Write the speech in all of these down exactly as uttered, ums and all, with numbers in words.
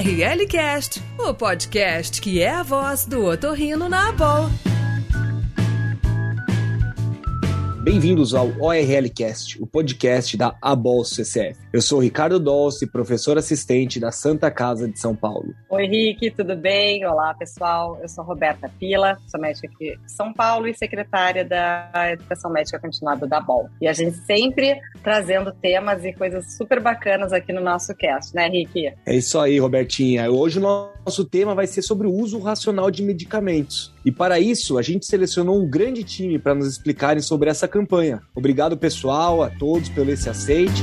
R L Cast, o podcast que é a voz do otorrino na Abol. Bem-vindos ao O R L Cast, o podcast da Abol C C F. Eu sou Ricardo Dolce, professor assistente da Santa Casa de São Paulo. Oi, Rick, tudo bem? Olá, pessoal. Eu sou Roberta Pila, sou médica aqui de São Paulo e secretária da Educação Médica Continuada da Abol. E a gente sempre trazendo temas e coisas super bacanas aqui no nosso cast, né, Rick? É isso aí, Robertinha. Hoje o nosso tema vai ser sobre o uso racional de medicamentos. E para isso, a gente selecionou um grande time para nos explicarem sobre essa campanha. Obrigado, pessoal, a todos pelo esse aceite.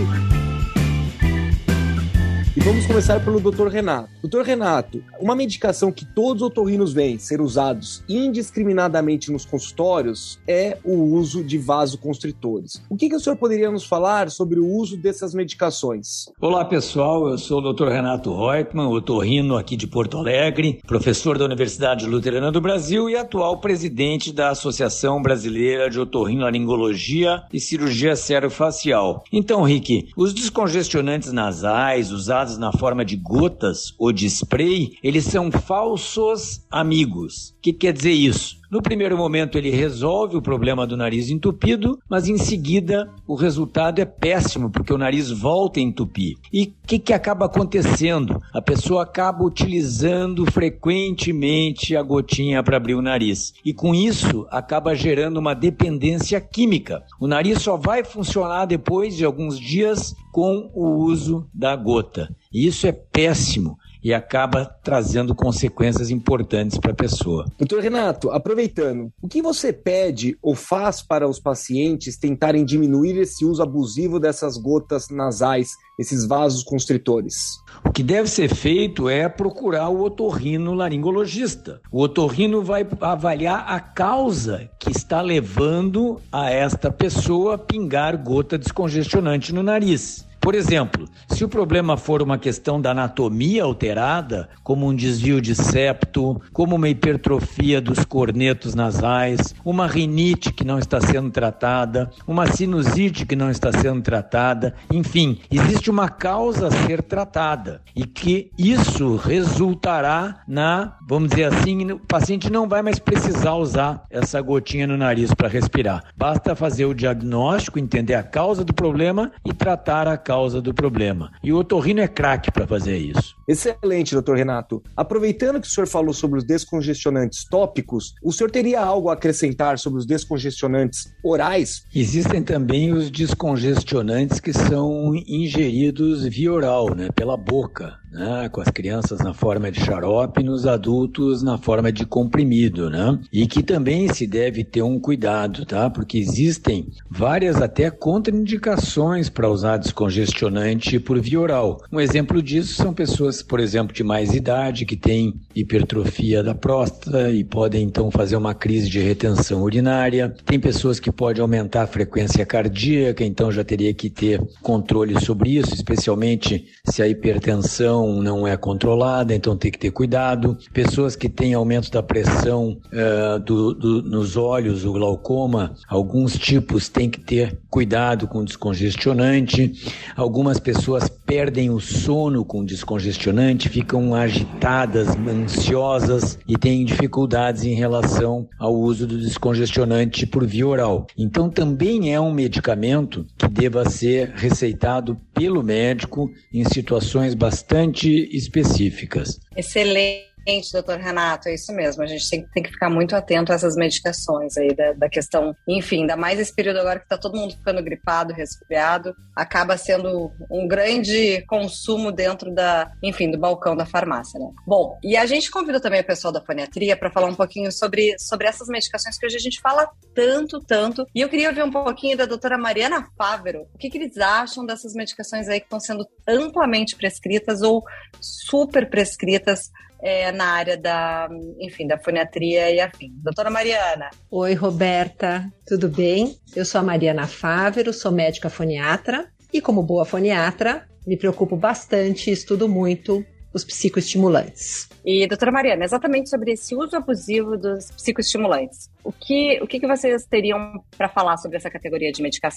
E vamos começar pelo doutor Renato. doutor Renato, uma medicação que todos os otorrinos veem ser usados indiscriminadamente nos consultórios é o uso de vasoconstritores. O que, que o senhor poderia nos falar sobre o uso dessas medicações? Olá, pessoal. Eu sou o doutor Renato Reutemann, otorrino aqui de Porto Alegre, professor da Universidade Luterana do Brasil e atual presidente da Associação Brasileira de Otorrinolaringologia e Cirurgia Serofacial. Então, Rick, os descongestionantes nasais usados na forma de gotas ou de spray, eles são falsos amigos. O que quer dizer isso? No primeiro momento ele resolve o problema do nariz entupido, mas em seguida o resultado é péssimo, porque o nariz volta a entupir. E o que, que acaba acontecendo? A pessoa acaba utilizando frequentemente a gotinha para abrir o nariz. E com isso acaba gerando uma dependência química. O nariz só vai funcionar depois de alguns dias com o uso da gota. E isso é péssimo e acaba trazendo consequências importantes para a pessoa. doutor Renato, aproveitando, o que você pede ou faz para os pacientes tentarem diminuir esse uso abusivo dessas gotas nasais, esses vasos constritores? O que deve ser feito é procurar o otorrinolaringologista. O otorrino vai avaliar a causa que está levando a esta pessoa a pingar gota descongestionante no nariz. Por exemplo, se o problema for uma questão da anatomia alterada, como um desvio de septo, como uma hipertrofia dos cornetos nasais, uma rinite que não está sendo tratada, uma sinusite que não está sendo tratada, enfim, existe uma causa a ser tratada e que isso resultará na, vamos dizer assim, o paciente não vai mais precisar usar essa gotinha no nariz para respirar. Basta fazer o diagnóstico, entender a causa do problema e tratar a causa causa do problema. E o otorrino é craque para fazer isso. Excelente, doutor Renato. Aproveitando que o senhor falou sobre os descongestionantes tópicos, o senhor teria algo a acrescentar sobre os descongestionantes orais? Existem também os descongestionantes que são ingeridos via oral, né, pela boca, né, com as crianças na forma de xarope e nos adultos na forma de comprimido, né? E que também se deve ter um cuidado, tá? Porque existem várias até contraindicações para usar descongestionante por via oral. Um exemplo disso são pessoas, por exemplo, de mais idade, que têm hipertrofia da próstata e podem então fazer uma crise de retenção urinária. Tem pessoas que podem aumentar a frequência cardíaca, então já teria que ter controle sobre isso, especialmente se a hipertensão não é controlada, então tem que ter cuidado. Pessoas que têm aumento da pressão uh, do, do, nos olhos, o glaucoma, alguns tipos têm que ter cuidado com descongestionante. Algumas pessoas perdem o sono com descongestionante, ficam agitadas, ansiosas e têm dificuldades em relação ao uso do descongestionante por via oral. Então também é um medicamento que deva ser receitado pelo médico em situações bastante específicas. Excelente. doutor Renato, é isso mesmo, a gente tem, tem que ficar muito atento a essas medicações aí da, da questão, enfim, ainda mais esse período agora que está todo mundo ficando gripado, resfriado, acaba sendo um grande consumo dentro da, enfim, do balcão da farmácia, né? Bom, e a gente convida também o pessoal da foniatria para falar um pouquinho sobre, sobre essas medicações que hoje a gente fala tanto, tanto, e eu queria ouvir um pouquinho da doutora Mariana Fávero, o que, que eles acham dessas medicações aí que estão sendo amplamente prescritas ou super prescritas É, na área da, enfim, da foniatria e afim. Doutora Mariana. Oi, Roberta, tudo bem? Eu sou a Mariana Fávero, sou médica foniatra e, como boa foniatra, me preocupo bastante e estudo muito os psicoestimulantes. E, doutora Mariana, exatamente sobre esse uso abusivo dos psicoestimulantes, o que, o que, que vocês teriam para falar sobre essa categoria de medicação?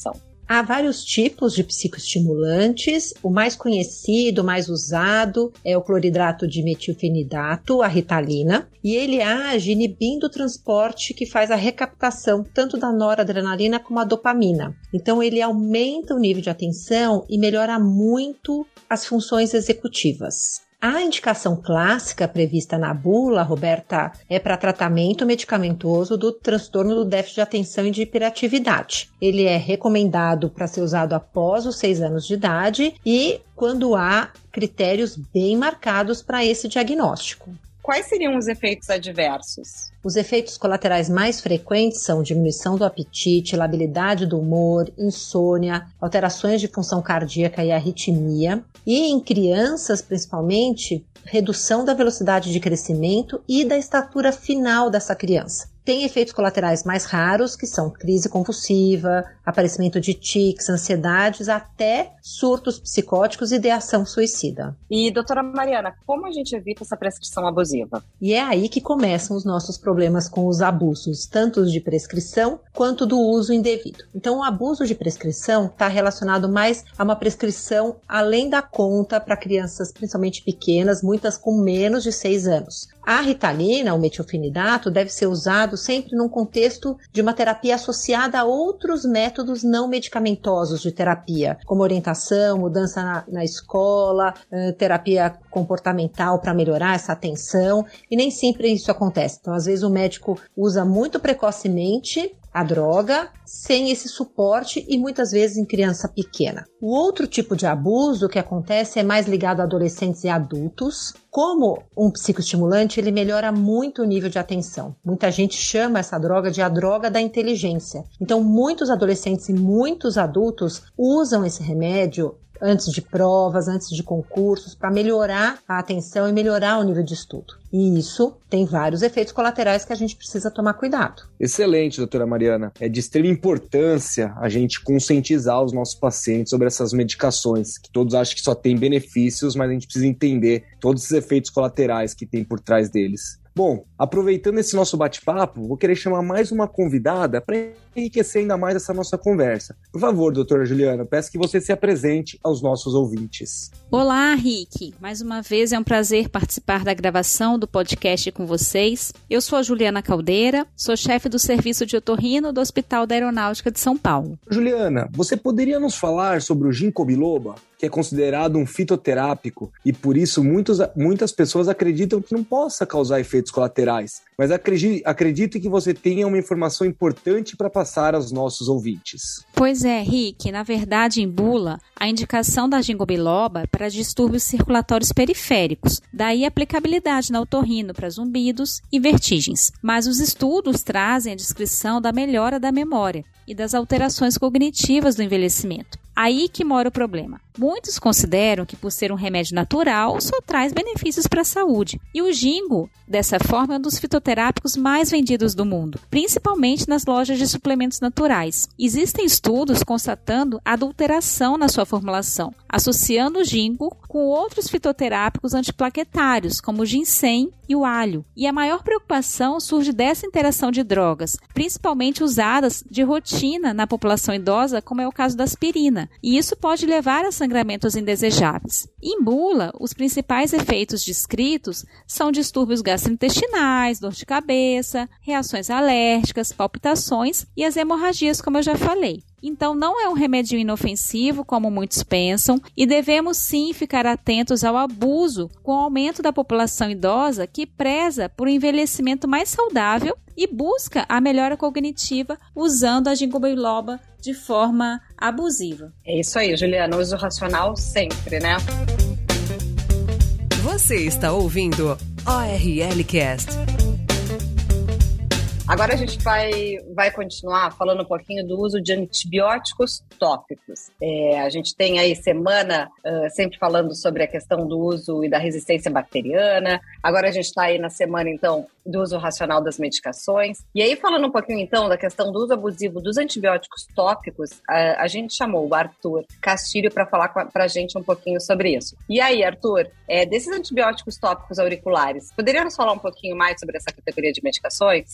Há vários tipos de psicoestimulantes. O mais conhecido, o mais usado é o cloridrato de metilfenidato, a Ritalina, e ele age inibindo o transporte que faz a recaptação tanto da noradrenalina como a dopamina. Então ele aumenta o nível de atenção e melhora muito as funções executivas. A indicação clássica prevista na bula, Roberta, é para tratamento medicamentoso do transtorno do déficit de atenção e de hiperatividade. Ele é recomendado para ser usado após os seis anos de idade e quando há critérios bem marcados para esse diagnóstico. Quais seriam os efeitos adversos? Os efeitos colaterais mais frequentes são diminuição do apetite, labilidade do humor, insônia, alterações de função cardíaca e arritmia. E em crianças, principalmente, redução da velocidade de crescimento e da estatura final dessa criança. Tem efeitos colaterais mais raros, que são crise convulsiva, aparecimento de tics, ansiedades, até surtos psicóticos e ideação suicida. E, doutora Mariana, como a gente evita essa prescrição abusiva? E é aí que começam os nossos problemas com os abusos, tanto os de prescrição quanto do uso indevido. Então, o abuso de prescrição está relacionado mais a uma prescrição além da conta para crianças, principalmente pequenas, muitas com menos de seis anos. A Ritalina, o metilfenidato, deve ser usado sempre num contexto de uma terapia associada a outros métodos não medicamentosos de terapia, como orientação, mudança na, na escola, uh, terapia comportamental para melhorar essa atenção, e nem sempre isso acontece. Então, às vezes, o médico usa muito precocemente a droga, sem esse suporte e muitas vezes em criança pequena. O outro tipo de abuso que acontece é mais ligado a adolescentes e adultos. Como um psicoestimulante, ele melhora muito o nível de atenção. Muita gente chama essa droga de a droga da inteligência. Então, muitos adolescentes e muitos adultos usam esse remédio antes de provas, antes de concursos, para melhorar a atenção e melhorar o nível de estudo. E isso tem vários efeitos colaterais que a gente precisa tomar cuidado. Excelente, doutora Mariana. É de extrema importância a gente conscientizar os nossos pacientes sobre essas medicações, que todos acham que só tem benefícios, mas a gente precisa entender todos os efeitos colaterais que tem por trás deles. Bom, aproveitando esse nosso bate-papo, vou querer chamar mais uma convidada para enriquecer ainda mais essa nossa conversa. Por favor, doutora Juliana, peço que você se apresente aos nossos ouvintes. Olá, Rick. Mais uma vez é um prazer participar da gravação do podcast com vocês. Eu sou a Juliana Caldeira, sou chefe do Serviço de Otorrino do Hospital da Aeronáutica de São Paulo. Juliana, você poderia nos falar sobre o ginkgo biloba, que é considerado um fitoterápico e por isso muitos, muitas pessoas acreditam que não possa causar efeitos colaterais, mas acredito, acredito que você tenha uma informação importante para passar aos nossos ouvintes. Pois é, Rick, na verdade em bula, a indicação da ginkgo biloba é para distúrbios circulatórios periféricos, daí a aplicabilidade na otorrino para zumbidos e vertigens. Mas os estudos trazem a descrição da melhora da memória e das alterações cognitivas do envelhecimento. Aí que mora o problema. Muitos consideram que por ser um remédio natural, só traz benefícios para a saúde. E o ginkgo, dessa forma, é um dos fitoterápicos mais vendidos do mundo, principalmente nas lojas de suplementos naturais. Existem estudos constatando adulteração na sua formulação, associando o ginkgo com outros fitoterápicos antiplaquetários, como o ginseng e o alho. E a maior preocupação surge dessa interação de drogas, principalmente usadas de rotina na população idosa, como é o caso da aspirina. E isso pode levar a sangramentos indesejáveis. Em bula, os principais efeitos descritos são distúrbios gastrointestinais, dor de cabeça, reações alérgicas, palpitações e as hemorragias, como eu já falei. Então, não é um remédio inofensivo, como muitos pensam, e devemos sim ficar atentos ao abuso com o aumento da população idosa que preza por um envelhecimento mais saudável e busca a melhora cognitiva usando a ginkgo biloba de forma abusiva. É isso aí, Juliana, uso racional sempre, né? Você está ouvindo O R L Cast. Agora a gente vai, vai continuar falando um pouquinho do uso de antibióticos tópicos. É, a gente tem aí semana uh, sempre falando sobre a questão do uso e da resistência bacteriana. Agora a gente está aí na semana, então, do uso racional das medicações. E aí, falando um pouquinho, então, da questão do uso abusivo dos antibióticos tópicos, a, a gente chamou o Arthur Castilho para falar para a gente um pouquinho sobre isso. E aí, Arthur, é, desses antibióticos tópicos auriculares, poderia nos falar um pouquinho mais sobre essa categoria de medicações?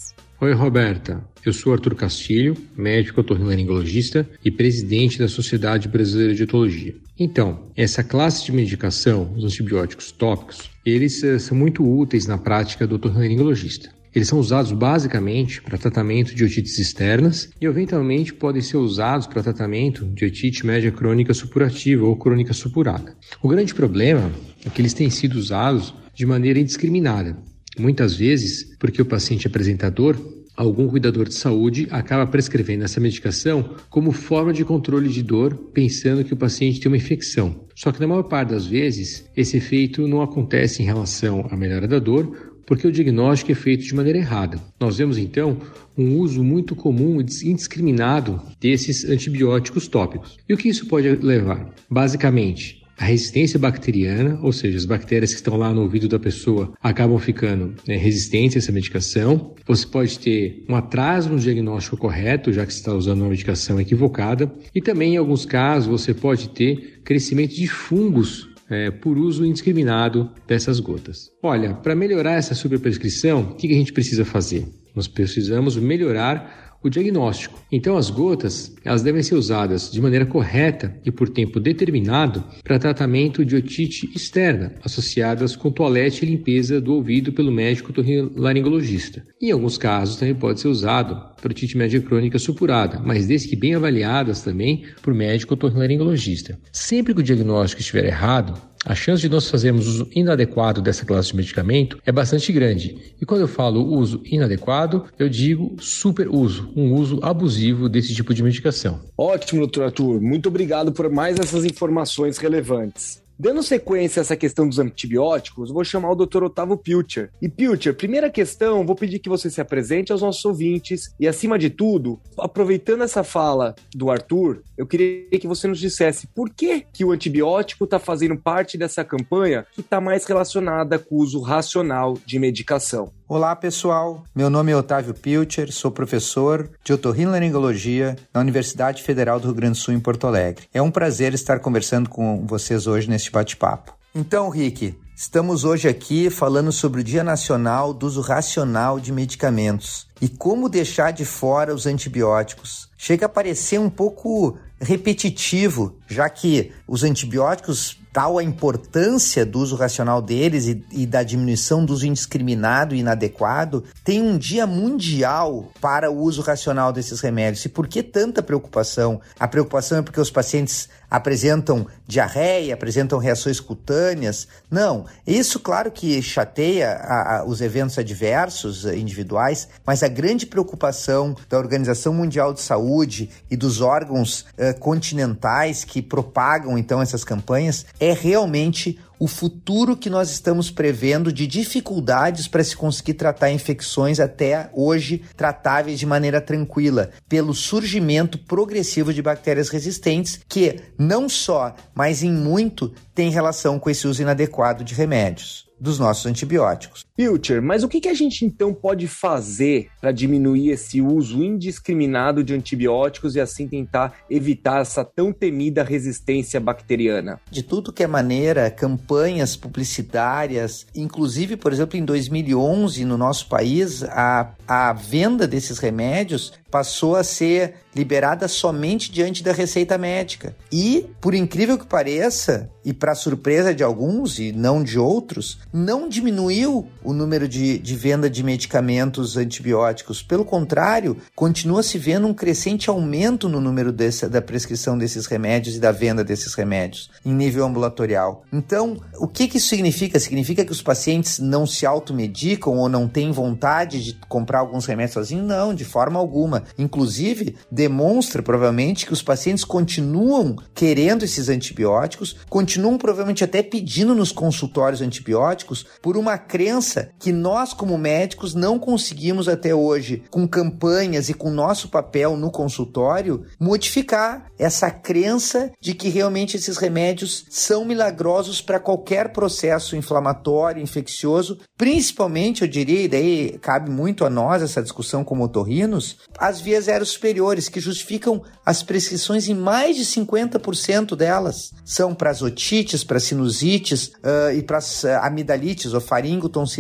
Oi, Roberta. Eu sou Arthur Castilho, médico otorrinolaringologista e presidente da Sociedade Brasileira de Otologia. Então, essa classe de medicação, os antibióticos tópicos, eles uh, são muito úteis na prática do otorrinolaringologista. Eles são usados basicamente para tratamento de otites externas e, eventualmente, podem ser usados para tratamento de otite média crônica supurativa ou crônica supurada. O grande problema é que eles têm sido usados de maneira indiscriminada. Muitas vezes, porque o paciente apresentador, algum cuidador de saúde acaba prescrevendo essa medicação como forma de controle de dor, pensando que o paciente tem uma infecção. Só que na maior parte das vezes, esse efeito não acontece em relação à melhora da dor, porque o diagnóstico é feito de maneira errada. Nós vemos, então, um uso muito comum e indiscriminado desses antibióticos tópicos. E o que isso pode levar? Basicamente, a resistência bacteriana, ou seja, as bactérias que estão lá no ouvido da pessoa acabam ficando né, resistentes a essa medicação. Você pode ter um atraso no diagnóstico correto, já que você está usando uma medicação equivocada. E também, em alguns casos, você pode ter crescimento de fungos É, por uso indiscriminado dessas gotas. Olha, para melhorar essa superprescrição, o que a gente precisa fazer? Nós precisamos melhorar o diagnóstico. Então, as gotas, elas devem ser usadas de maneira correta e por tempo determinado para tratamento de otite externa, associadas com toalete e limpeza do ouvido pelo médico otorrinolaringologista. Em alguns casos, também pode ser usado para otite média crônica supurada, mas desde que bem avaliadas também por médico otorrinolaringologista. Sempre que o diagnóstico estiver errado, a chance de nós fazermos uso inadequado dessa classe de medicamento é bastante grande. E quando eu falo uso inadequado, eu digo superuso, um uso abusivo desse tipo de medicação. Ótimo, doutor Arthur. Muito obrigado por mais essas informações relevantes. Dando sequência a essa questão dos antibióticos, vou chamar o doutor Otávio Pilcher. E Pilcher, primeira questão, vou pedir que você se apresente aos nossos ouvintes e, acima de tudo, aproveitando essa fala do Arthur, eu queria que você nos dissesse por que, que o antibiótico está fazendo parte dessa campanha que está mais relacionada com o uso racional de medicação. Olá, pessoal. Meu nome é Otávio Pilcher, sou professor de otorrinolaringologia na Universidade Federal do Rio Grande do Sul, em Porto Alegre. É um prazer estar conversando com vocês hoje neste bate-papo. Então, Rick, estamos hoje aqui falando sobre o Dia Nacional do Uso Racional de Medicamentos e como deixar de fora os antibióticos. Chega a parecer um pouco repetitivo, já que os antibióticos, tal a importância do uso racional deles e, e da diminuição do uso indiscriminado e inadequado, tem um dia mundial para o uso racional desses remédios. E por que tanta preocupação? A preocupação é porque os pacientes apresentam diarreia, apresentam reações cutâneas? Não, isso claro que chateia a, a, os eventos adversos individuais, mas a grande preocupação da Organização Mundial de Saúde e dos órgãos uh, continentais que propagam então essas campanhas é realmente o futuro que nós estamos prevendo de dificuldades para se conseguir tratar infecções até hoje tratáveis de maneira tranquila, pelo surgimento progressivo de bactérias resistentes que não só, mas em muito, tem relação com esse uso inadequado de remédios, dos nossos antibióticos. Pilcher, mas o que a gente então pode fazer para diminuir esse uso indiscriminado de antibióticos e assim tentar evitar essa tão temida resistência bacteriana? De tudo que é maneira, campanhas publicitárias, inclusive, por exemplo, em dois mil e onze, no nosso país, a, a venda desses remédios passou a ser liberada somente diante da receita médica. E, por incrível que pareça, e para surpresa de alguns e não de outros, não diminuiu o número de, de venda de medicamentos antibióticos. Pelo contrário, continua se vendo um crescente aumento no número desse, da prescrição desses remédios e da venda desses remédios em nível ambulatorial. Então, o que, que isso significa? Significa que os pacientes não se automedicam ou não têm vontade de comprar alguns remédios sozinhos? Não, de forma alguma. Inclusive, demonstra provavelmente que os pacientes continuam querendo esses antibióticos, continuam provavelmente até pedindo nos consultórios antibióticos por uma crença que nós, como médicos, não conseguimos até hoje, com campanhas e com nosso papel no consultório, modificar essa crença de que realmente esses remédios são milagrosos para qualquer processo inflamatório, infeccioso, principalmente, eu diria, e daí cabe muito a nós essa discussão como otorrinos, as vias aerosuperiores, que justificam as prescrições em mais de cinquenta por cento delas. São para as otites, para sinusites uh, e para as uh, amidalites ou faringotonsilite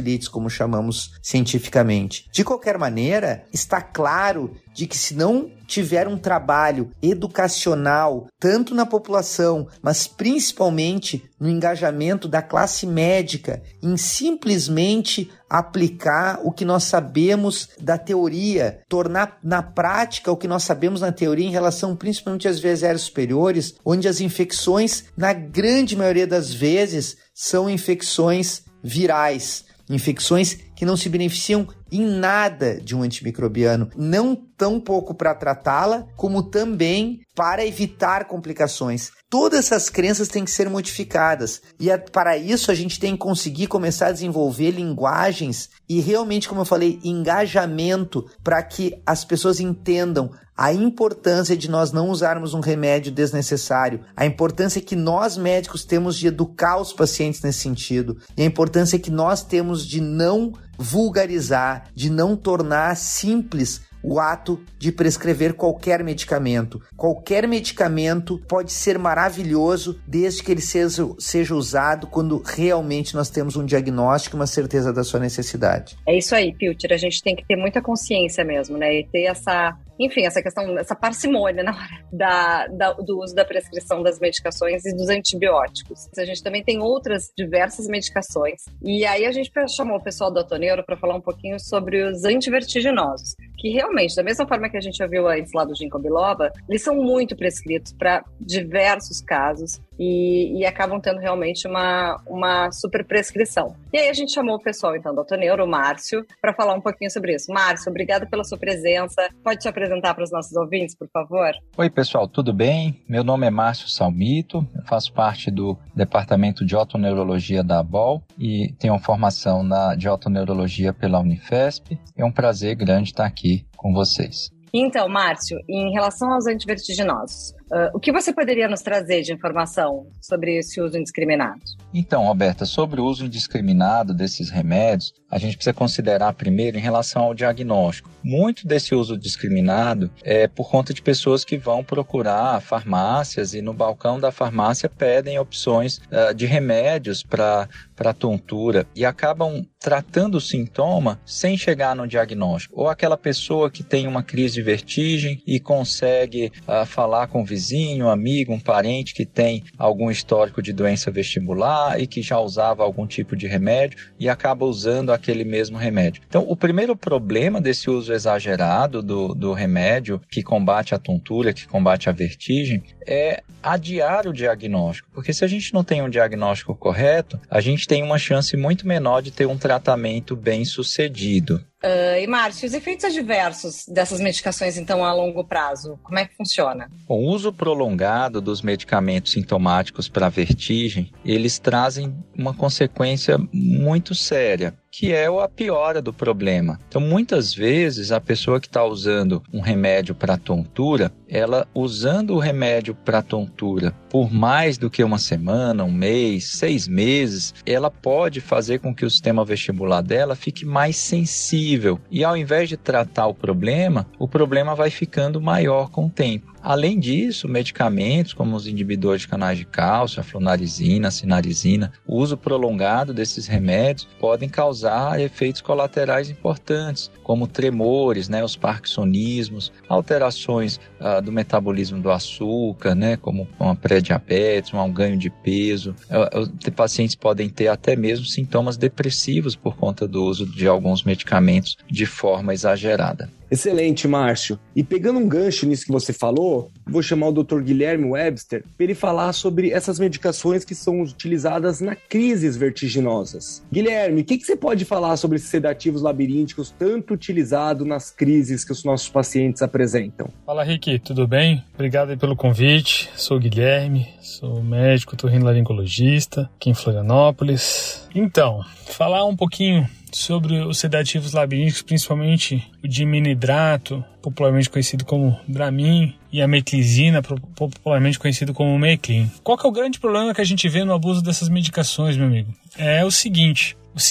tonsillitis, como chamamos cientificamente. De qualquer maneira, está claro de que se não tiver um trabalho educacional, tanto na população, mas principalmente no engajamento da classe médica, em simplesmente aplicar o que nós sabemos da teoria, tornar na prática o que nós sabemos na teoria em relação principalmente às vias aéreas superiores, onde as infecções, na grande maioria das vezes, são infecções virais, infecções que não se beneficiam em nada de um antimicrobiano, não tão pouco para tratá-la, como também para evitar complicações. Todas essas crenças têm que ser modificadas e para isso a gente tem que conseguir começar a desenvolver linguagens e realmente, como eu falei, engajamento para que as pessoas entendam a importância de nós não usarmos um remédio desnecessário, a importância que nós médicos temos de educar os pacientes nesse sentido e a importância que nós temos de não vulgarizar, de não tornar simples o ato de prescrever qualquer medicamento. Qualquer medicamento pode ser maravilhoso desde que ele seja, seja usado quando realmente nós temos um diagnóstico e uma certeza da sua necessidade. É isso aí, Pilcher. A gente tem que ter muita consciência mesmo, né? E ter essa... Enfim, essa questão, essa parcimônia na hora da, da, do uso da prescrição das medicações e dos antibióticos. A gente também tem outras diversas medicações. E aí a gente chamou o pessoal do Otoneuro para falar um pouquinho sobre os antivertiginosos, que realmente, da mesma forma que a gente ouviu antes lá do ginkgo biloba, eles são muito prescritos para diversos casos e, e acabam tendo realmente uma, uma super prescrição. E aí a gente chamou o pessoal, então, do Otoneuro, o Márcio, para falar um pouquinho sobre isso. Márcio, obrigado pela sua presença. Pode te apresentar para os nossos ouvintes, por favor? Oi, pessoal, tudo bem? Meu nome é Márcio Salmito, eu faço parte do Departamento de Otoneurologia da A B O L e tenho formação na, de Otoneurologia pela Unifesp. É um prazer grande estar aqui com vocês. Então, Márcio, em relação aos antivertiginosos, uh, o que você poderia nos trazer de informação sobre esse uso indiscriminado? Então, Roberta, sobre o uso indiscriminado desses remédios, a gente precisa considerar primeiro em relação ao diagnóstico. Muito desse uso discriminado é por conta de pessoas que vão procurar farmácias e no balcão da farmácia pedem opções uh, de remédios para para tontura e acabam tratando o sintoma sem chegar no diagnóstico. Ou aquela pessoa que tem uma crise de vertigem e consegue uh, falar com um vizinho, um amigo, um parente que tem algum histórico de doença vestibular e que já usava algum tipo de remédio e acaba usando aquele mesmo remédio. Então, o primeiro problema desse uso exagerado do, do remédio que combate a tontura, que combate a vertigem, é adiar o diagnóstico. Porque se a gente não tem um diagnóstico correto, a gente tem uma chance muito menor de ter um tratamento bem sucedido. Uh, e Márcio, os efeitos adversos dessas medicações, então, a longo prazo, como é que funciona? O uso prolongado dos medicamentos sintomáticos para vertigem, eles trazem uma consequência muito séria, que é a piora do problema. Então, muitas vezes, a pessoa que está usando um remédio para tontura, ela usando o remédio para tontura por mais do que uma semana, um mês, seis meses, ela pode fazer com que o sistema vestibular dela fique mais sensível. E ao invés de tratar o problema, o problema vai ficando maior com o tempo. Além disso, medicamentos como os inibidores de canais de cálcio, a flunarizina, a sinarizina, o uso prolongado desses remédios podem causar efeitos colaterais importantes, como tremores, né, os parkinsonismos, alterações ah, do metabolismo do açúcar, né, como uma pré-diabetes, um ganho de peso. Os pacientes podem ter até mesmo sintomas depressivos por conta do uso de alguns medicamentos de forma exagerada. Excelente, Márcio. E pegando um gancho nisso que você falou, vou chamar o doutor Guilherme Webster para ele falar sobre essas medicações que são utilizadas na crises vertiginosas. Guilherme, o que, que você pode falar sobre esses sedativos labirínticos tanto utilizados nas crises que os nossos pacientes apresentam? Fala, Rick, tudo bem? Obrigado aí pelo convite. Sou o Guilherme, sou médico otorrinolaringologista aqui em Florianópolis. Então, falar um pouquinho sobre os sedativos labirínticos, principalmente o diminidrato, popularmente conhecido como Dramin, e a metlizina, popularmente conhecido como Meclin. Qual que é o grande problema que a gente vê no abuso dessas medicações, meu amigo? É o seguinte, se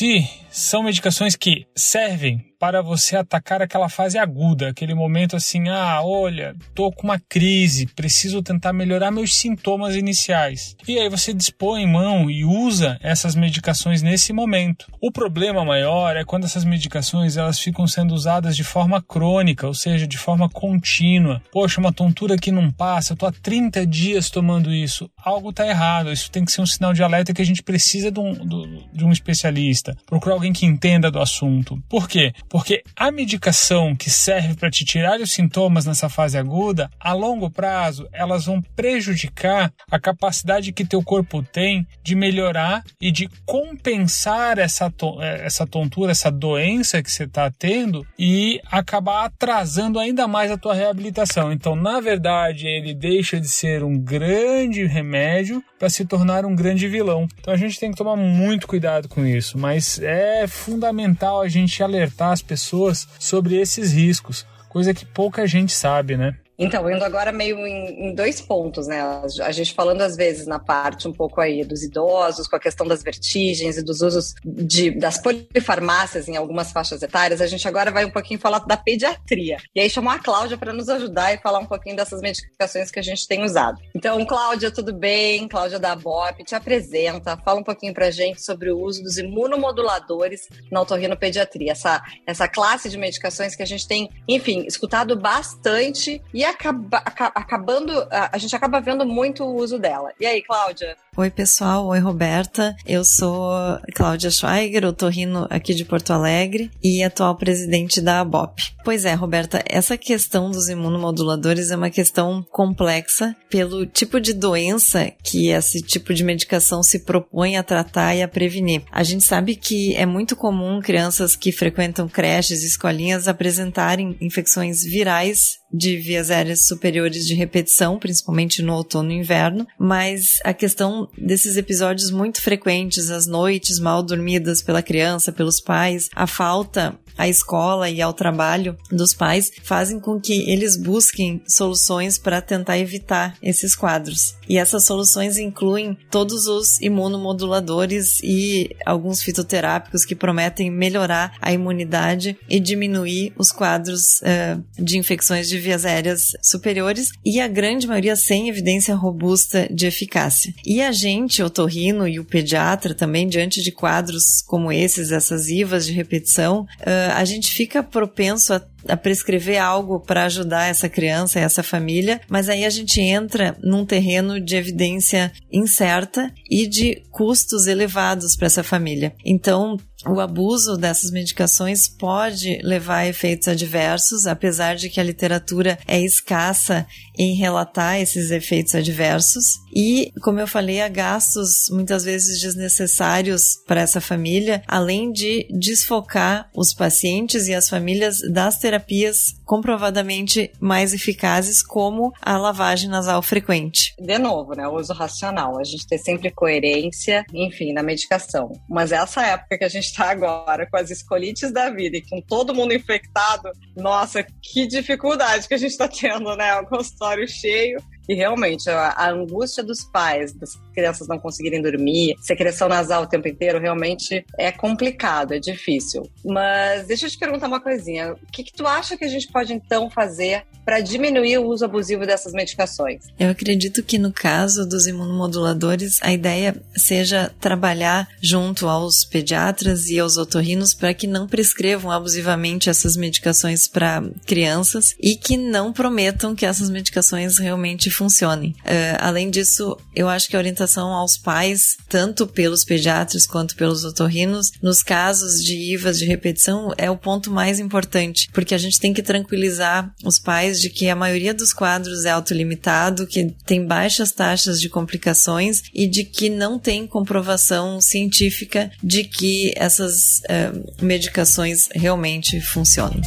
são medicações que servem para você atacar aquela fase aguda, aquele momento assim, ah, olha, tô com uma crise, preciso tentar melhorar meus sintomas iniciais. E aí você dispõe em mão e usa essas medicações nesse momento. O problema maior é quando essas medicações elas ficam sendo usadas de forma crônica, ou seja, de forma contínua. Poxa, uma tontura que não passa, eu tô há trinta dias tomando isso. Algo tá errado, isso tem que ser um sinal de alerta que a gente precisa de um, de um especialista, procurar alguém que entenda do assunto. Por quê? Porque a medicação que serve para te tirar os sintomas nessa fase aguda, a longo prazo, elas vão prejudicar a capacidade que teu corpo tem de melhorar e de compensar essa, essa tontura, essa doença que você está tendo e acabar atrasando ainda mais a tua reabilitação. Então, na verdade, ele deixa de ser um grande remédio para se tornar um grande vilão. Então, a gente tem que tomar muito cuidado com isso, mas é fundamental a gente alertar as pessoas sobre esses riscos, coisa que pouca gente sabe, né? Então, indo agora meio em, em dois pontos, né? A gente falando às vezes na parte um pouco aí dos idosos, com a questão das vertigens e dos usos de, das polifarmácias em algumas faixas etárias, a gente agora vai um pouquinho falar da pediatria. E aí chamou a Cláudia para nos ajudar e falar um pouquinho dessas medicações que a gente tem usado. Então, Cláudia, tudo bem? Cláudia da B O P, te apresenta, fala um pouquinho pra gente sobre o uso dos imunomoduladores na otorrinopediatria, essa, essa classe de medicações que a gente tem, enfim, escutado bastante e Acaba, acabando, a gente acaba vendo muito o uso dela. E aí, Cláudia? Oi, pessoal. Oi, Roberta. Eu sou Cláudia Schweiger, otorrino aqui de Porto Alegre e atual presidente da A B O P. Pois é, Roberta, essa questão dos imunomoduladores é uma questão complexa pelo tipo de doença que esse tipo de medicação se propõe a tratar e a prevenir. A gente sabe que é muito comum crianças que frequentam creches e escolinhas apresentarem infecções virais de vias aéreas superiores de repetição, principalmente no outono e inverno, mas a questão desses episódios muito frequentes, as noites mal dormidas pela criança, pelos pais, a falta à escola e ao trabalho dos pais, fazem com que eles busquem soluções para tentar evitar esses quadros. E essas soluções incluem todos os imunomoduladores e alguns fitoterápicos que prometem melhorar a imunidade e diminuir os quadros uh, de infecções de vias aéreas superiores, e a grande maioria sem evidência robusta de eficácia. E a gente, o otorrino e o pediatra também, diante de quadros como esses, essas I V As de repetição, uh, a gente fica propenso a a prescrever algo para ajudar essa criança e essa família, mas aí a gente entra num terreno de evidência incerta e de custos elevados para essa família. Então, o abuso dessas medicações pode levar a efeitos adversos, apesar de que a literatura é escassa em relatar esses efeitos adversos. E, como eu falei, há gastos muitas vezes desnecessários para essa família, além de desfocar os pacientes e as famílias das terapias comprovadamente mais eficazes, como a lavagem nasal frequente. De novo, né, o uso racional, a gente ter sempre coerência, enfim, na medicação. Mas essa época que a gente está agora, com as escolites da vida e com todo mundo infectado, nossa, que dificuldade que a gente está tendo, né, o consultório cheio. E realmente, a, a angústia dos pais, das crianças não conseguirem dormir, secreção nasal o tempo inteiro, realmente é complicado, é difícil. Mas deixa eu te perguntar uma coisinha. O que, que tu acha que a gente pode, então, fazer para diminuir o uso abusivo dessas medicações? Eu acredito que, no caso dos imunomoduladores, a ideia seja trabalhar junto aos pediatras e aos otorrinos para que não prescrevam abusivamente essas medicações para crianças e que não prometam que essas medicações realmente funcionem. Uh, além disso, eu acho que a orientação aos pais, tanto pelos pediatras quanto pelos otorrinos, nos casos de I V As de repetição, é o ponto mais importante, porque a gente tem que tranquilizar os pais de que a maioria dos quadros é autolimitado, que tem baixas taxas de complicações e de que não tem comprovação científica de que essas uh, medicações realmente funcionem.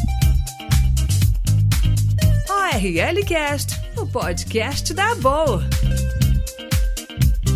O R L Cast, o podcast da Boa. É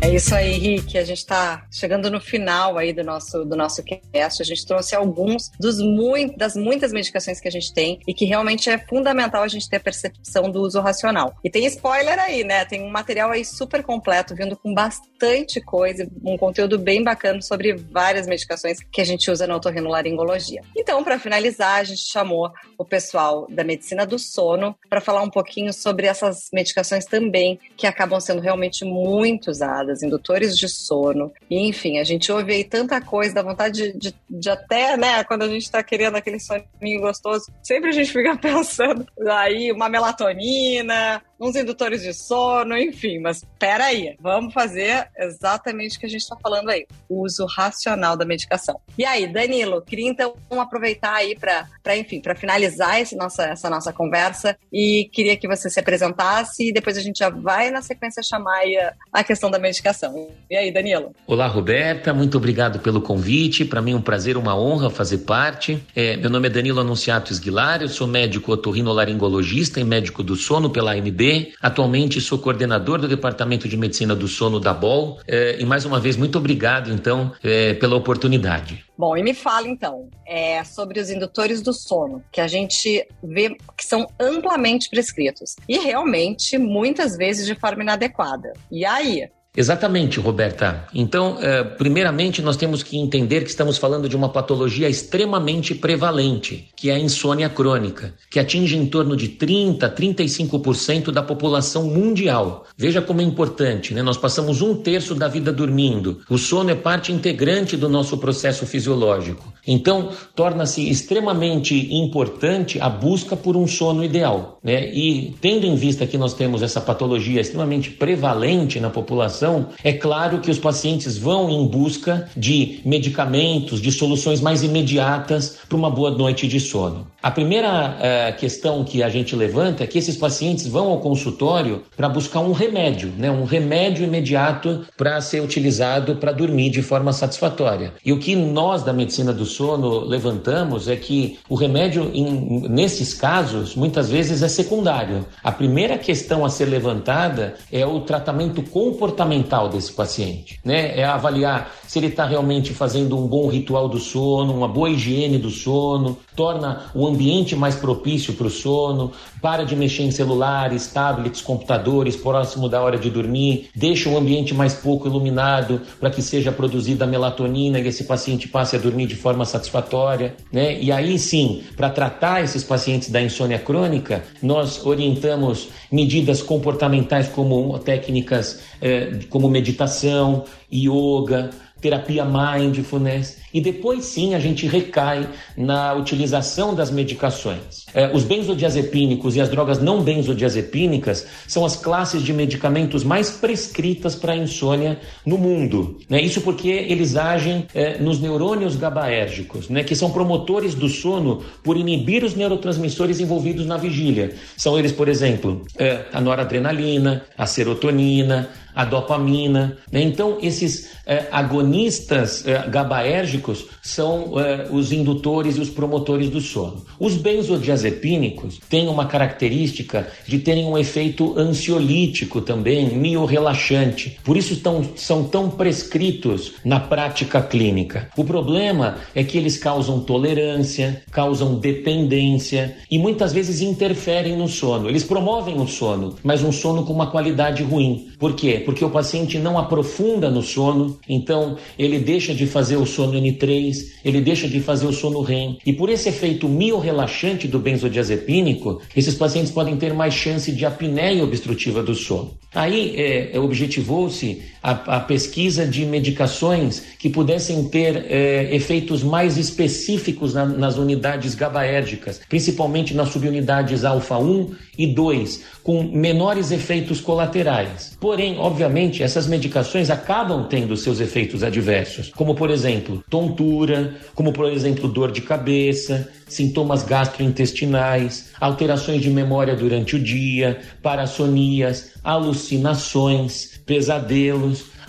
É isso aí, Rick. A gente está chegando no final aí do nosso, do nosso cast. A gente trouxe alguns dos muito, das muitas medicações que a gente tem e que realmente é fundamental a gente ter a percepção do uso racional. E tem spoiler aí, né? Tem um material aí super completo, vindo com bastante coisa, um conteúdo bem bacana sobre várias medicações que a gente usa na otorrinolaringologia. Então, para finalizar, a gente chamou o pessoal da medicina do sono para falar um pouquinho sobre essas medicações também que acabam sendo realmente muito usadas, indutores de sono. E, enfim, a gente ouve aí tanta coisa, dá vontade de, de, de até, né, quando a gente está querendo aquele soninho gostoso, sempre a gente fica pensando aí uma melatonina, uns indutores de sono, enfim, mas peraí, vamos fazer exatamente o que a gente está falando aí, o uso racional da medicação. E aí, Danilo, queria então aproveitar aí para, enfim, para finalizar esse nossa, essa nossa conversa e queria que você se apresentasse e depois a gente já vai na sequência chamar aí a, a questão da medicação. E aí, Danilo? Olá, Roberta, muito obrigado pelo convite, para mim é um prazer, uma honra fazer parte. É, meu nome é Danilo Anunciato Esguilar, eu sou médico otorrinolaringologista e médico do sono pela A M B. Atualmente sou coordenador do Departamento de Medicina do Sono da B O L eh, e mais uma vez muito obrigado então eh, pela oportunidade. Bom, e me fala então é, sobre os indutores do sono, que a gente vê que são amplamente prescritos e realmente muitas vezes de forma inadequada. E aí? Exatamente, Roberta. Então, eh, primeiramente, nós temos que entender que estamos falando de uma patologia extremamente prevalente, que é a insônia crônica, que atinge em torno de trinta a trinta e cinco por cento da população mundial. Veja como é importante, né? Nós passamos um terço da vida dormindo. O sono é parte integrante do nosso processo fisiológico. Então, torna-se extremamente importante a busca por um sono ideal, né? E, tendo em vista que nós temos essa patologia extremamente prevalente na população, é claro que os pacientes vão em busca de medicamentos, de soluções mais imediatas para uma boa noite de sono. A primeira uh, questão que a gente levanta é que esses pacientes vão ao consultório para buscar um remédio, né? Um remédio imediato para ser utilizado para dormir de forma satisfatória. E o que nós da medicina do sono levantamos é que o remédio, em, nesses casos, muitas vezes é secundário. A primeira questão a ser levantada é o tratamento comportamental desse paciente, né? É avaliar se ele está realmente fazendo um bom ritual do sono, uma boa higiene do sono, torna o ambiente mais propício para o sono, para de mexer em celulares, tablets, computadores próximo da hora de dormir, deixa o ambiente mais pouco iluminado para que seja produzida a melatonina e esse paciente passe a dormir de forma satisfatória, né? E aí sim, para tratar esses pacientes da insônia crônica, nós orientamos medidas comportamentais como técnicas eh, como meditação, yoga, terapia mindfulness, e depois sim a gente recai na utilização das medicações. É, os benzodiazepínicos e as drogas não benzodiazepínicas são as classes de medicamentos mais prescritas para a insônia no mundo, né? Isso porque eles agem é, nos neurônios gabaérgicos, né? Que são promotores do sono por inibir os neurotransmissores envolvidos na vigília. São eles, por exemplo, é, a noradrenalina, a serotonina, a dopamina, né? Então esses é, agonistas é, gabaérgicos são é, os indutores e os promotores do sono. Os benzodiazepínicos têm uma característica de terem um efeito ansiolítico também, miorrelaxante, por isso tão, são tão prescritos na prática clínica. O problema é que eles causam tolerância, causam dependência e muitas vezes interferem no sono. Eles promovem o sono, mas um sono com uma qualidade ruim. Por quê? Porque o paciente não aprofunda no sono, então ele deixa de fazer o sono N três, ele deixa de fazer o sono R E M. E por esse efeito miorrelaxante do benzodiazepínico, esses pacientes podem ter mais chance de apneia obstrutiva do sono. Aí é, objetivou-se a, a pesquisa de medicações que pudessem ter é, efeitos mais específicos na, nas unidades gabaérgicas, principalmente nas subunidades alfa um e dois, com menores efeitos colaterais. Porém, obviamente, essas medicações acabam tendo seus efeitos adversos, como, por exemplo, tontura, como, por exemplo, dor de cabeça, sintomas gastrointestinais, alterações de memória durante o dia, parassonias, alucinações, pesadelos.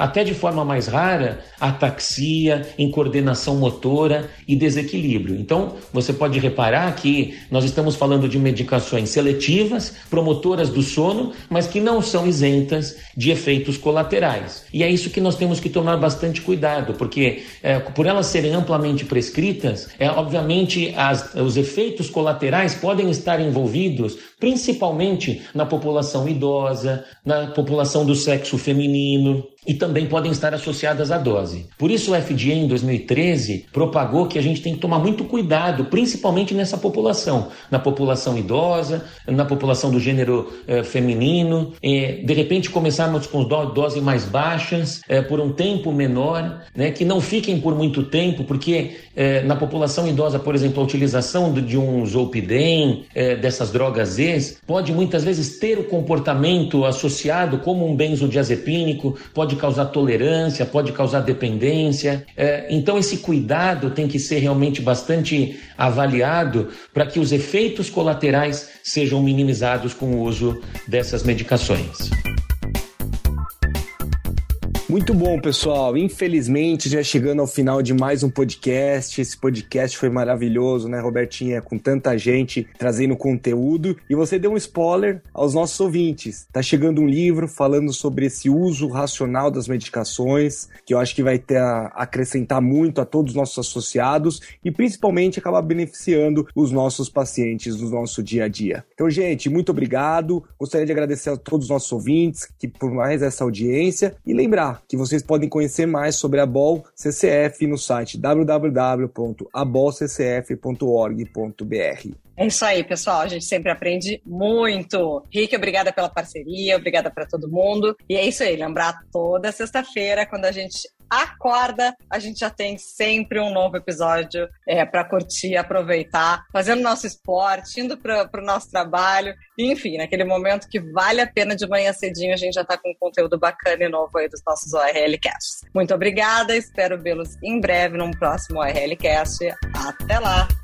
até de forma mais rara, ataxia, incoordenação motora e desequilíbrio. Então, você pode reparar que nós estamos falando de medicações seletivas, promotoras do sono, mas que não são isentas de efeitos colaterais. E é isso que nós temos que tomar bastante cuidado, porque é, por elas serem amplamente prescritas, é, obviamente as, os efeitos colaterais podem estar envolvidos principalmente na população idosa, na população do sexo feminino, e também podem estar associadas à dose. Por isso o F D A em dois mil e treze propagou que a gente tem que tomar muito cuidado, principalmente nessa população, na população idosa, na população do gênero eh, feminino, eh, de repente começarmos com do- doses mais baixas, eh, por um tempo menor, né, que não fiquem por muito tempo, porque eh, na população idosa, por exemplo, a utilização de, de um Zolpidem, eh, dessas drogas Z, pode muitas vezes ter o comportamento associado como um benzodiazepínico, pode causar tolerância, pode causar dependência. É, então esse cuidado tem que ser realmente bastante avaliado para que os efeitos colaterais sejam minimizados com o uso dessas medicações. Muito bom, pessoal. Infelizmente, já chegando ao final de mais um podcast. Esse podcast foi maravilhoso, né, Robertinha? Com tanta gente trazendo conteúdo. E você deu um spoiler aos nossos ouvintes. Tá chegando um livro falando sobre esse uso racional das medicações, que eu acho que vai ter a acrescentar muito a todos os nossos associados e principalmente acabar beneficiando os nossos pacientes no nosso dia a dia. Então, gente, muito obrigado. Gostaria de agradecer a todos os nossos ouvintes que por mais essa audiência e lembrar que vocês podem conhecer mais sobre a B O L C C F no site w w w ponto a b o l c c f ponto org ponto b r. É isso aí, pessoal. A gente sempre aprende muito. Rick, obrigada pela parceria, obrigada para todo mundo. E é isso aí, lembrar toda sexta-feira, quando a gente acorda, a gente já tem sempre um novo episódio é, para curtir, aproveitar, fazendo nosso esporte, indo para o nosso trabalho. E, enfim, naquele momento que vale a pena de manhã cedinho, a gente já está com um conteúdo bacana e novo aí dos nossos O R L Casts. Muito obrigada, espero vê-los em breve num próximo O R L Cast. Até lá!